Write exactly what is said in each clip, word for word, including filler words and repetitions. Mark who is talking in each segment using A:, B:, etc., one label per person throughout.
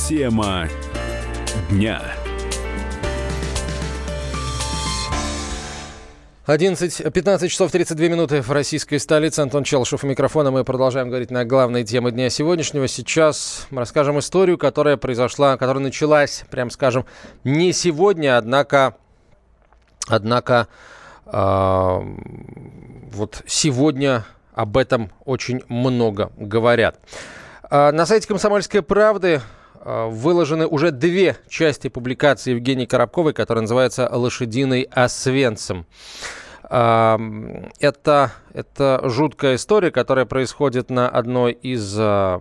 A: Тема дня.
B: одиннадцать пятнадцать часов тридцать две минуты в российской столице. Антон Челышев у микрофона. Мы продолжаем говорить на главные темы дня сегодняшнего. Сейчас мы расскажем историю, которая произошла, которая началась, прям скажем, не сегодня, однако, однако э, вот сегодня об этом очень много говорят. Э, на сайте «Комсомольской правды» выложены уже две части публикации Евгении Коробковой, которая называется «Лошадиный Освенцим». Это, это жуткая история, которая происходит на одной из, на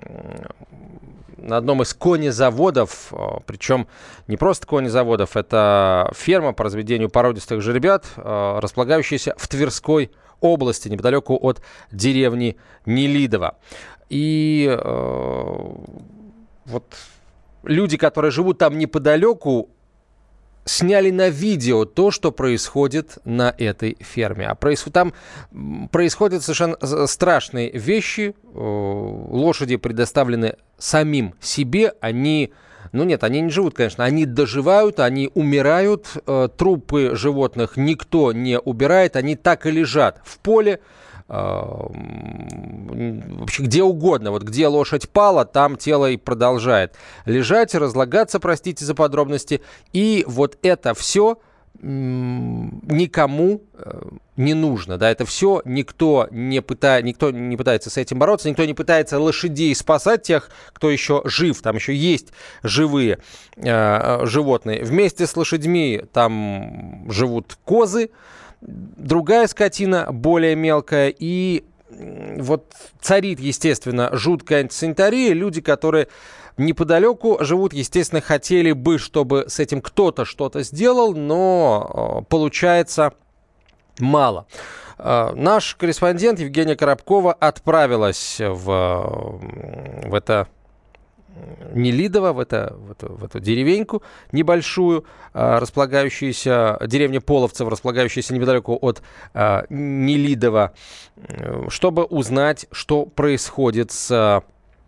B: одном из конезаводов, причем не просто конезаводов, это ферма по разведению породистых жеребят, располагающаяся в Тверской области, неподалеку от деревни Нелидово. И вот люди, которые живут там неподалеку, сняли на видео то, что происходит на этой ферме. А происход... там происходят совершенно страшные вещи. Лошади предоставлены самим себе. Они, ну нет, они не живут, конечно, они доживают, они умирают. Трупы животных никто не убирает. Они так и лежат в поле. Вообще где угодно. Вот где лошадь пала, там тело и продолжает лежать, разлагаться, простите за подробности. И вот это все никому не нужно. Да, это все никто не, пыта... никто не пытается с этим бороться, никто не пытается лошадей спасать, тех, кто еще жив. Там еще есть живые э, животные. Вместе с лошадьми там живут козы, другая скотина, более мелкая, и вот царит, естественно, жуткая антисанитария. Люди, которые неподалеку живут, естественно, хотели бы, чтобы с этим кто-то что-то сделал, но получается мало. Наш корреспондент Евгения Коробкова отправилась в, в это Нелидово, в, это, в, эту, в эту деревеньку небольшую, располагающуюся, деревня Половцев, располагающаяся неподалеку от а, Нелидова, чтобы узнать, что происходит с,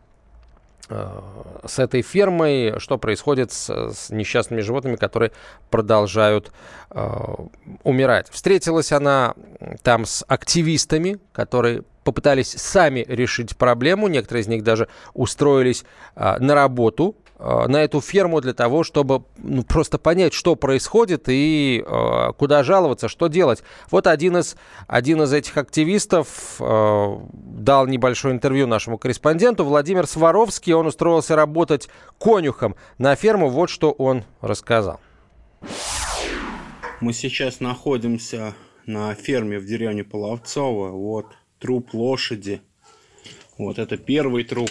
B: с этой фермой, что происходит с, с несчастными животными, которые продолжают а, умирать. Встретилась она там с активистами, которые попытались сами решить проблему. Некоторые из них даже устроились а, на работу а, на эту ферму для того, чтобы ну, просто понять, что происходит и а, куда жаловаться, что делать. Вот один из, один из этих активистов а, дал небольшое интервью нашему корреспонденту. Владимир Сваровский, он устроился работать конюхом на ферму. Вот что он рассказал.
C: Мы сейчас находимся на ферме в деревне Половцово. Вот труп лошади. Вот это первый труп.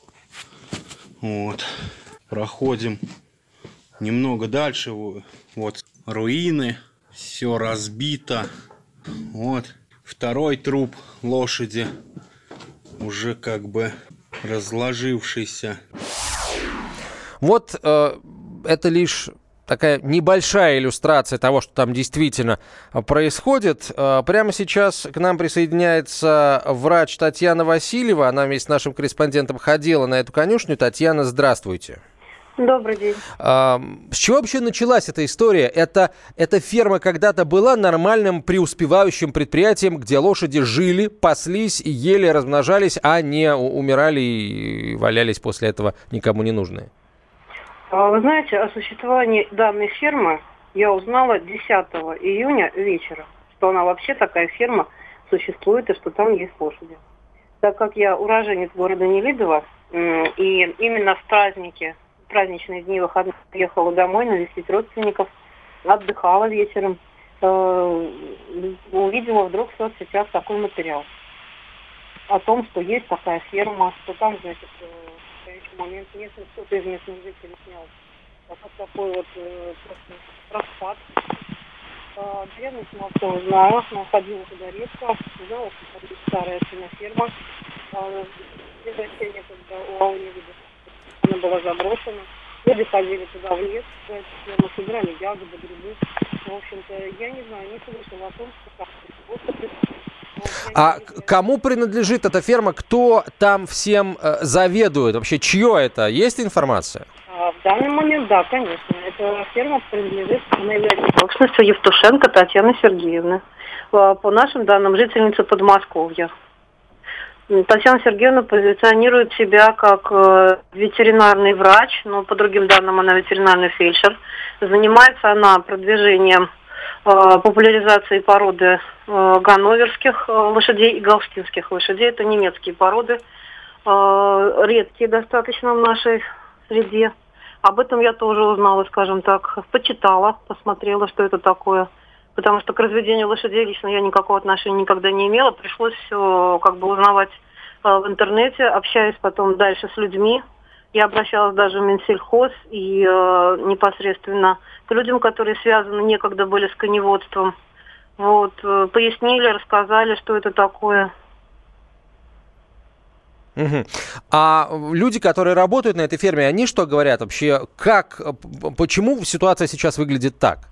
C: Вот. Проходим немного дальше. Вот руины. Все разбито. Вот. Второй труп лошади. Уже как бы разложившийся.
B: Вот э, это лишь такая небольшая иллюстрация того, что там действительно происходит. Прямо сейчас к нам присоединяется врач Татьяна Васильева. Она вместе с нашим корреспондентом ходила на эту конюшню. Татьяна, здравствуйте.
D: Добрый день.
B: С чего вообще началась эта история? Это, эта ферма когда-то была нормальным преуспевающим предприятием, где лошади жили, паслись, ели, размножались, а не умирали и валялись после этого никому не нужные.
D: Вы знаете, о существовании данной фермы я узнала десятого июня вечером, что она вообще такая ферма существует и что там есть лошади. Так как я уроженец города Нелидово, и именно в праздники, в праздничные дни выходных ехала домой навестить родственников, отдыхала вечером, увидела вдруг в соцсетях такой материал о том, что есть такая ферма, что там, значит, в настоящий момент местный, кто-то из местных жителей снял вот такой вот э, просто распад. А, деревню Смолцова знаю, ходила туда редко, знала, что там есть старая свиноферма. А, превращение, когда у Ауневида она была заброшена. Люди ходили туда в лес, в эту ферму, собирали ягоды, грибы. В общем-то, я не знаю, не слышала о том, что как-то
B: А кому принадлежит эта ферма? Кто там всем э, заведует? Вообще, чье это? Есть информация?
D: А, в данный момент, да, конечно. Эта ферма принадлежит, она является собственностью Евтушенко Татьяны Сергеевны. По нашим данным, жительница Подмосковья. Татьяна Сергеевна позиционирует себя как э, ветеринарный врач, но по другим данным она ветеринарный фельдшер. Занимается она продвижением э, популяризацией породы э, ганноверских э, лошадей и галштинских лошадей. Это немецкие породы, э, редкие достаточно в нашей среде. Об этом я тоже узнала, скажем так, почитала, посмотрела, что это такое. Потому что к разведению лошадей лично я никакого отношения никогда не имела. Пришлось все как бы узнавать э, в интернете, общаясь потом дальше с людьми. Я обращалась даже в Минсельхоз и э, непосредственно к людям, которые связаны некогда были с коневодством. Вот, э, пояснили, рассказали, что это такое.
B: Угу. А люди, которые работают на этой ферме, они что говорят вообще? Как, почему ситуация сейчас выглядит так?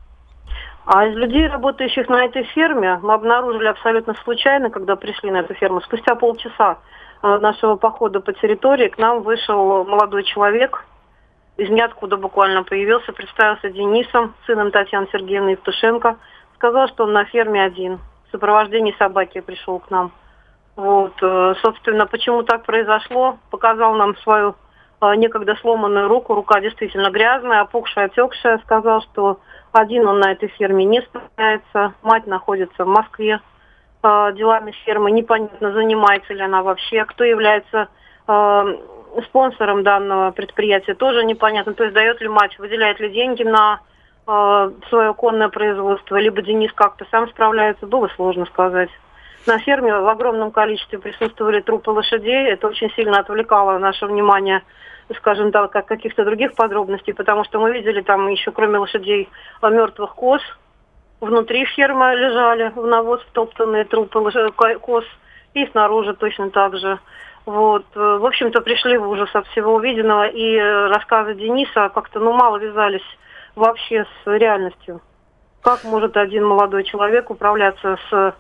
D: А из людей, работающих на этой ферме, мы обнаружили абсолютно случайно, когда пришли на эту ферму, спустя полчаса нашего похода по территории, к нам вышел молодой человек, из ниоткуда буквально появился, представился Денисом, сыном Татьяны Сергеевны Евтушенко, сказал, что он на ферме один, в сопровождении собаки пришел к нам. Вот, собственно, почему так произошло, показал нам свою некогда сломанную руку, рука действительно грязная, опухшая, отекшая, сказал, что один он на этой ферме не справляется, мать находится в Москве, э, делами фермы, непонятно, занимается ли она вообще, кто является э, спонсором данного предприятия, тоже непонятно, то есть дает ли мать, выделяет ли деньги на э, свое конное производство, либо Денис как-то сам справляется, было сложно сказать. На ферме в огромном количестве присутствовали трупы лошадей, это очень сильно отвлекало наше внимание, скажем так, от каких-то других подробностей, потому что мы видели там еще, кроме лошадей, мертвых коз. Внутри фермы лежали в навоз втоптанные трупы коз, и снаружи точно так же. Вот. В общем-то, пришли в ужас от всего увиденного, и рассказы Дениса как-то ну, мало вязались вообще с реальностью. Как может один молодой человек управляться с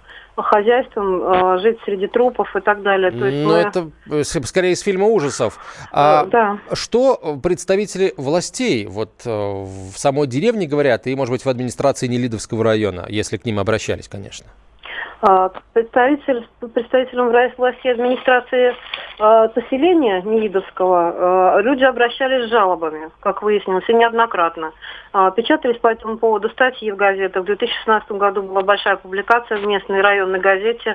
D: хозяйством, жить среди трупов и так далее. То есть
B: ну,
D: мы...
B: это скорее из фильма ужасов. А
D: да.
B: Что представители властей вот в самой деревне говорят, и, может быть, в администрации Нелидовского района, если к ним обращались, конечно?
D: Представитель, представителям власти администрации э, поселения Нелидовского э, люди обращались с жалобами, как выяснилось, и неоднократно. Э, печатались по этому поводу статьи в газетах. В две тысячи шестнадцатом году была большая публикация в местной районной газете э,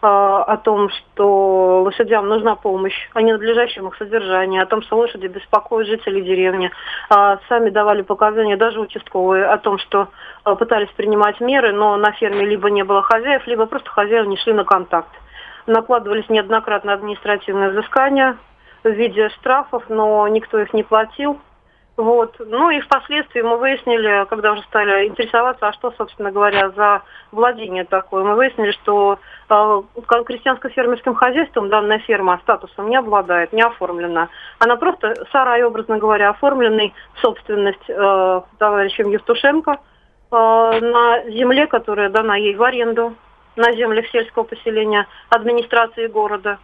D: о том, что лошадям нужна помощь, о ненадлежащем их содержании, о том, что лошади беспокоят жителей деревни. Э, сами давали показания, даже участковые, о том, что э, пытались принимать меры, но на ферме либо не было хозяев, либо просто хозяева не шли на контакт. Накладывались неоднократно административные взыскания в виде штрафов, но никто их не платил. Вот. Ну и впоследствии мы выяснили, когда уже стали интересоваться, а что, собственно говоря, за владение такое, мы выяснили, что э, крестьянско-фермерским хозяйством данная ферма статусом не обладает, не оформлена. Она просто сарай, образно говоря, оформленный в собственность э, товарищем Евтушенко э, на земле, которая дана ей в аренду, на землях сельского поселения, администрации города.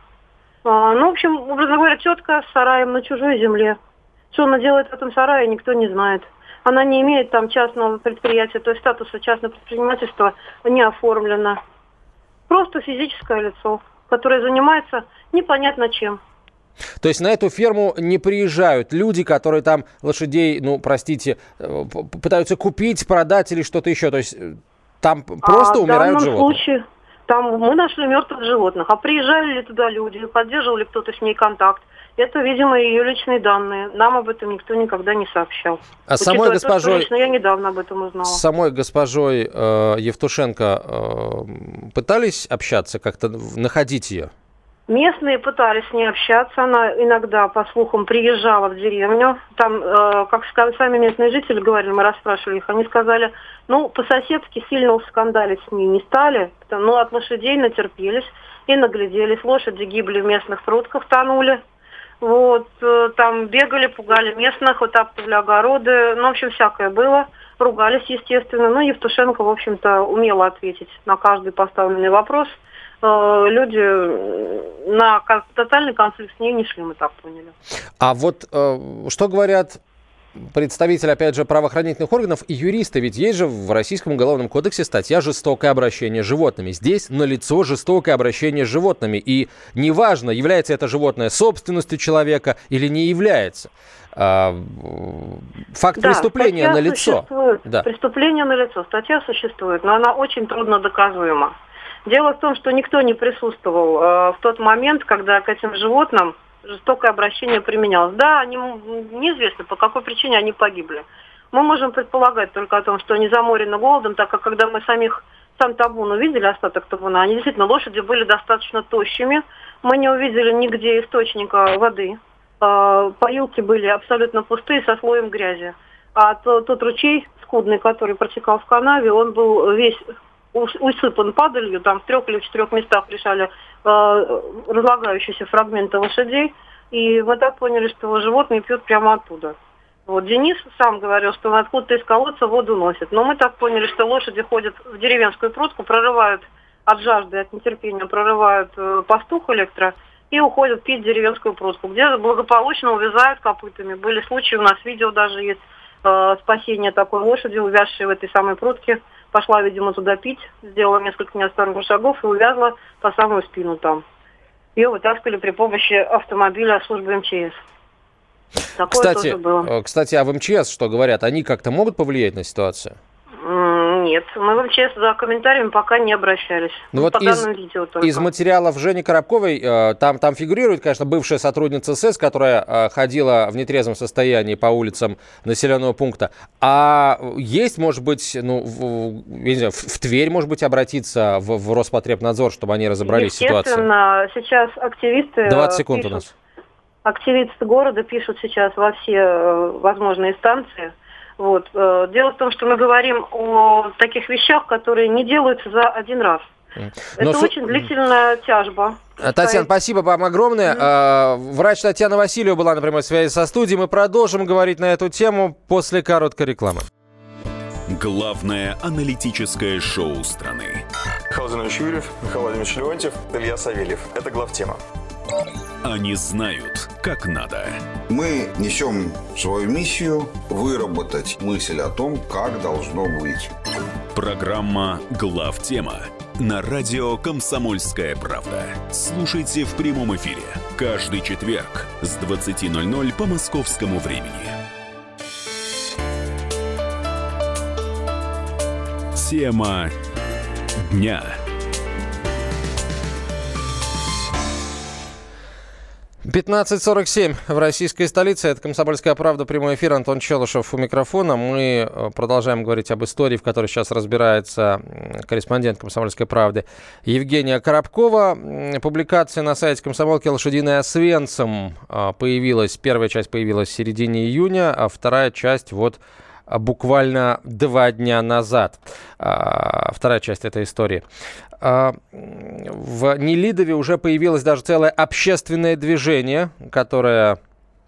D: А, ну, в общем, образно говоря, тетка с сараем на чужой земле. Что она делает в этом сарае, никто не знает. Она не имеет там частного предприятия, то есть статуса частного предпринимательства не оформлено. Просто физическое лицо, которое занимается непонятно чем.
B: То есть на эту ферму не приезжают люди, которые там лошадей, ну, простите, пытаются купить, продать или что-то еще. То есть там просто а умирают животные? В данном случае
D: там мы нашли мертвых животных. А приезжали ли туда люди, поддерживали кто-то с ней контакт? Это, видимо, ее личные данные. Нам об этом никто никогда не сообщал.
B: А самой госпожой...
D: То, лично я недавно об этом узнала.
B: С самой госпожой э, Евтушенко э, пытались общаться, как-то находить ее?
D: Местные пытались с ней общаться. Она иногда, по слухам, приезжала в деревню. Там, э, как сами местные жители говорили, мы расспрашивали их, они сказали, ну, по-соседски сильно скандалить с ней не стали, потому, ну, от лошадей натерпелись и нагляделись. Лошади гибли в местных прутках, тонули. Вот, э, там бегали, пугали местных, вытаптывали огороды. Ну, в общем, всякое было. Ругались, естественно. Но Евтушенко, в общем-то, умела ответить на каждый поставленный вопрос. люди на тотальный конфликт с ней не шли, мы так поняли.
B: А вот что говорят представители, опять же, правоохранительных органов и юристы? Ведь есть же в Российском уголовном кодексе статья «Жестокое обращение с животными». Здесь налицо жестокое обращение с животными. И неважно, является это животное собственностью человека или не является. Факт да, преступления налицо.
D: Да. Преступление налицо. Статья существует, но она очень трудно доказуема. Дело в том, что никто не присутствовал э, в тот момент, когда к этим животным жестокое обращение применялось. Да, они, неизвестно, по какой причине они погибли. Мы можем предполагать только о том, что они заморены голодом, так как когда мы самих, сам табун увидели, остаток табуна, они действительно, лошади были достаточно тощими. Мы не увидели нигде источника воды. Э, поилки были абсолютно пустые, со слоем грязи. А то, тот ручей скудный, который протекал в канаве, он был весь усыпан падалью, там в трех или в четырех местах лежали э, разлагающиеся фрагменты лошадей, и мы так поняли, что животные пьют прямо оттуда. Вот Денис сам говорил, что он откуда-то из колодца воду носит, но мы так поняли, что лошади ходят в деревенскую прудку, прорывают от жажды, от нетерпения, прорывают э, пастух электро и уходят пить деревенскую прудку, где благополучно увязают копытами. Были случаи, у нас видео даже есть, э, спасение такой лошади, увязшей в этой самой прудке. Пошла, видимо, туда пить, сделала несколько неосторожных шагов и увязла по самую спину там. Ее вытаскивали при помощи автомобиля службы эм че эс. Такое
B: кстати,
D: тоже было.
B: Кстати, а в эм че эс что говорят? Они как-то могут повлиять на ситуацию?
D: Нет, мы в эм че эс за комментариями пока не обращались.
B: Ну, вот
D: по
B: из,
D: данным видео только.
B: Из материалов Жени Коробковой, э, там, там фигурирует, конечно, бывшая сотрудница эс эс, которая э, ходила в нетрезвом состоянии по улицам населенного пункта. А есть, может быть, ну, в, я не знаю, в, в Тверь, может быть, обратиться в, в Роспотребнадзор, чтобы они разобрались в ситуации?
D: Естественно, сейчас активисты...
B: двадцать секунд
D: пишут,
B: у нас.
D: Активисты города пишут сейчас во все возможные инстанции. Вот. Дело в том, что мы говорим о таких вещах, которые не делаются за один раз.
B: Но
D: Это
B: су...
D: очень длительная тяжба.
B: Татьяна, спасибо вам огромное. Mm-hmm. Врач Татьяна Васильева была на прямой связи со студией. Мы продолжим говорить на эту тему после короткой рекламы.
A: Главное аналитическое шоу страны.
E: Михаил Владимирович Юрьев, Михаил Владимирович Леонтьев, Илья Савельев. Это главтема.
A: Они знают, как надо.
F: Мы несем свою миссию выработать мысль о том, как должно быть.
A: Программа «Главтема» на радио «Комсомольская правда». Слушайте в прямом эфире каждый четверг с двадцати ноль-ноль по московскому времени. Тема дня.
B: пятнадцать сорок семь в российской столице. Это «Комсомольская правда», прямой эфир. Антон Челышев у микрофона. Мы продолжаем говорить об истории, в которой сейчас разбирается корреспондент «Комсомольской правды» Евгения Коробкова. Публикация на сайте комсомолки «Лошадиный Освенцим» появилась. Первая часть появилась в середине июня, а вторая часть вот буквально два дня назад. Вторая часть этой истории. В Нелидове уже появилось даже целое общественное движение, которое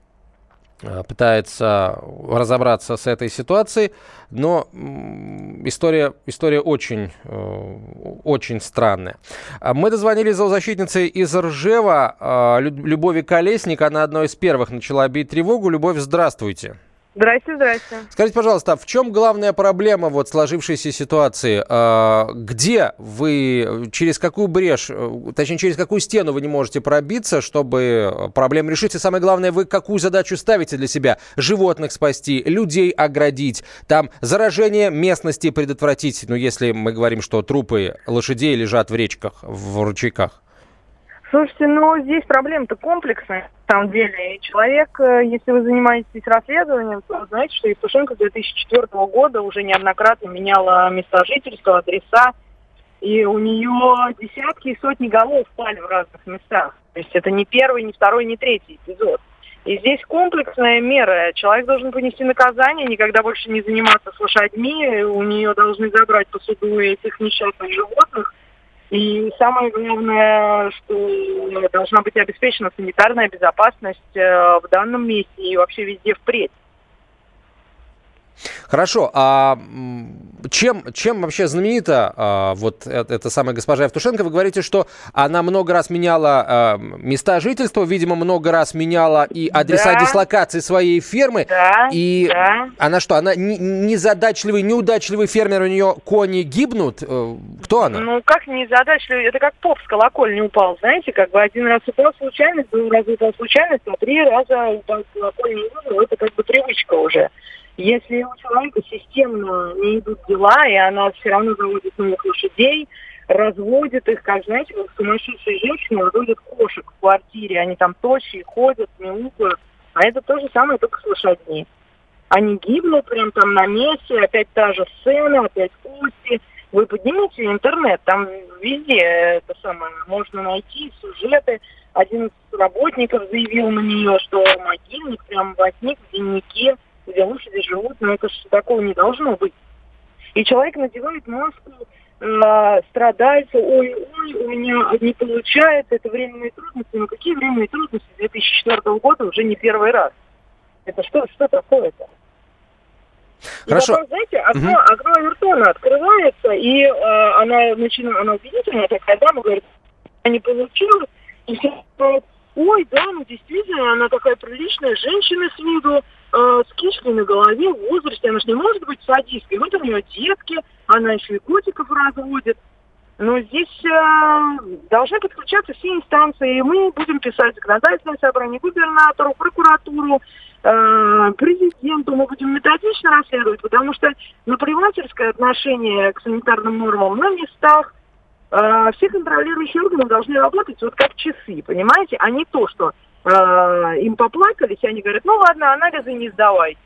B: пытается разобраться с этой ситуацией, но история, история очень, очень странная. Мы дозвонились зоозащитнице из Ржева, Любови Колесник. Она одной из первых начала бить тревогу. Любовь, здравствуйте.
G: Здрасте, здрасте.
B: Скажите, пожалуйста, в чем главная проблема вот сложившейся ситуации? Где вы, через какую брешь, точнее, через какую стену вы не можете пробиться, чтобы проблему решить? И самое главное, вы какую задачу ставите для себя? Животных спасти, людей оградить, там заражение местности предотвратить, ну, если мы говорим, что трупы лошадей лежат в речках, в ручейках.
G: Слушайте, ну здесь проблема-то комплексная, на самом деле. И человек, если вы занимаетесь расследованием, то вы знаете, что Евтушенко с две тысячи четвёртого года уже неоднократно меняла места жительства, адреса, и у нее десятки и сотни голов пали в разных местах. То есть это не первый, не второй, не третий эпизод. И здесь комплексная мера. Человек должен понести наказание, никогда больше не заниматься с лошадьми, у нее должны забрать по суду этих несчастных животных. И самое главное, что должна быть обеспечена санитарная безопасность в данном месте и вообще везде впредь.
B: Хорошо, а чем, чем вообще знаменита а, вот эта, эта самая госпожа Евтушенко? Вы говорите, что она много раз меняла а, места жительства, видимо, много раз меняла и адреса да. дислокации своей фермы.
G: Да,
B: и
G: да.
B: она что, она незадачливый, неудачливый фермер, у нее кони гибнут? Кто она?
G: Ну, как незадачливый? Это как поп с колокольни упал, знаете, как бы один раз упал случайность, другой раз упал случайность, а три раза упал с колокольни, ну, это как бы привычка уже. Если у человека системно не идут дела, и она все равно заводит новых лошадей, разводит их, как, знаете, как сумасшедшие женщины разводят кошек в квартире. Они там тощие, ходят, мяукают. А это то же самое, только с лошадьми. Они гибнут прям там на месте, опять та же сцена, опять кости. Вы поднимите интернет, там везде это самое можно найти, сюжеты. Один из работников заявил на нее, что могильник прям возник в дневнике, где лошади живут, но это же такого не должно быть. И человек надевает маску, э, страдает, ой-ой, у меня не получается, это временные трудности. Но какие временные трудности две тысячи четвёртого года уже не первый раз? Это что, что такое-то?
B: Хорошо.
G: И потом, знаете, окно, угу. окно Авертона открывается, и э, она начинает, она убедительная такая дама, говорит, я не получилось, и все говорят, ой, да, ну действительно, она такая приличная женщина с виду, э, с кишкой на голове, в возрасте, она же не может быть садисткой. Вот у нее детки, она еще и котиков разводит. Но здесь э, должны подключаться все инстанции, и мы будем писать законодательное собрание, губернатору, прокуратуру, э, президенту, мы будем методично расследовать, потому что наплевательское отношение к санитарным нормам на местах, все контролирующие органы должны работать вот как часы, понимаете, а не то, что э, им поплакались, и они говорят, ну ладно, анализы не сдавайте.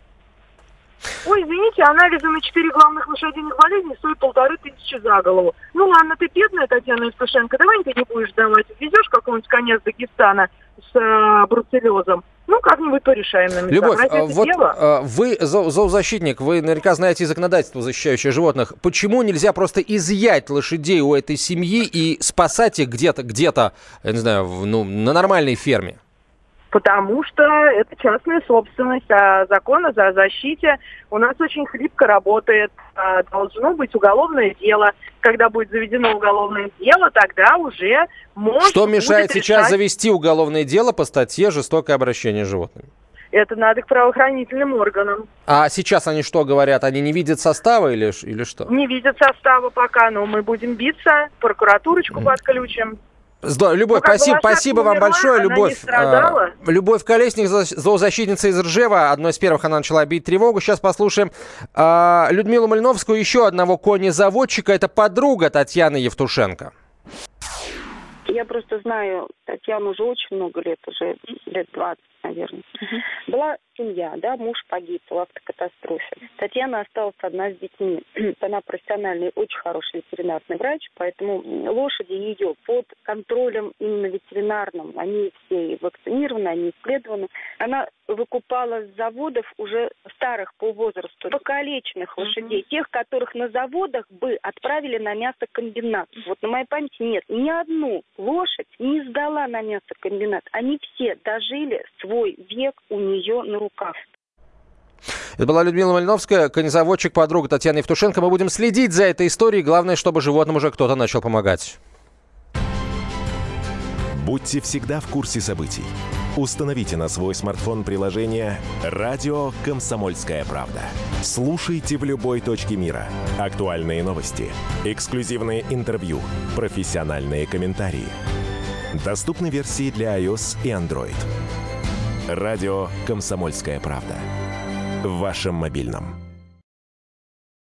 G: Ой, извините, анализы на четыре главных лошадиных болезни стоят полторы тысячи за голову. Ну ладно, ты бедная, Татьяна Евтушенко, давай-ка не будешь давать. Везешь какого-нибудь коня с Дагестана с э, бруцеллезом. Ну, как-нибудь порешаем на местах.
B: Любовь,
G: Разве
B: вот
G: дело?
B: Вы зо- зоозащитник, вы наверняка знаете законодательство, защищающее животных. Почему нельзя просто изъять лошадей у этой семьи и спасать их где-то, где-то, я не знаю, в, ну, на нормальной ферме?
G: Потому что это частная собственность, а закон о защите у нас очень хлипко работает. Должно быть уголовное дело. Когда будет заведено уголовное дело, тогда уже можно...
B: Что мешает сейчас
G: решать...
B: завести уголовное дело по статье «Жестокое обращение с животными»?
G: Это надо к правоохранительным органам. А
B: сейчас они что говорят? Они не видят состава или, или что?
G: Не видят состава пока, но мы будем биться, прокуратурочку mm. подключим.
B: Здорово. Любовь, ну, спасибо, спасибо вам умерла, большое. Любовь, а, Любовь Колесник, зоозащитница из Ржева. Одной из первых она начала бить тревогу. Сейчас послушаем а, Людмилу Мальновскую, еще одного конезаводчика. Это подруга Татьяны Евтушенко.
H: Я просто знаю Татьяну уже очень много лет, уже лет двадцать, наверное. Uh-huh. Была семья, да, муж погиб в автокатастрофе. Татьяна осталась одна с детьми. Она профессиональный, очень хороший ветеринарный врач, поэтому лошади ее под контролем именно ветеринарным. Они все вакцинированы, они исследованы. Она выкупала с заводов уже старых по возрасту, покалеченных uh-huh. лошадей, тех, которых на заводах бы отправили на мясокомбинат. Вот на моей памяти нет. Ни одну лошадь не сдала на мясокомбинат. Они все дожили свой век у нее на руках.
B: Это была Людмила Мальновская, конезаводчик, подруга Татьяны Евтушенко. Мы будем следить за этой историей. Главное, чтобы животным уже кто-то начал помогать.
I: Будьте всегда в курсе событий. Установите на свой смартфон приложение «Радио Комсомольская правда». Слушайте в любой точке мира. Актуальные новости, эксклюзивные интервью, профессиональные комментарии. Доступны версии для iOS и Android. Радио «Комсомольская правда». В вашем мобильном.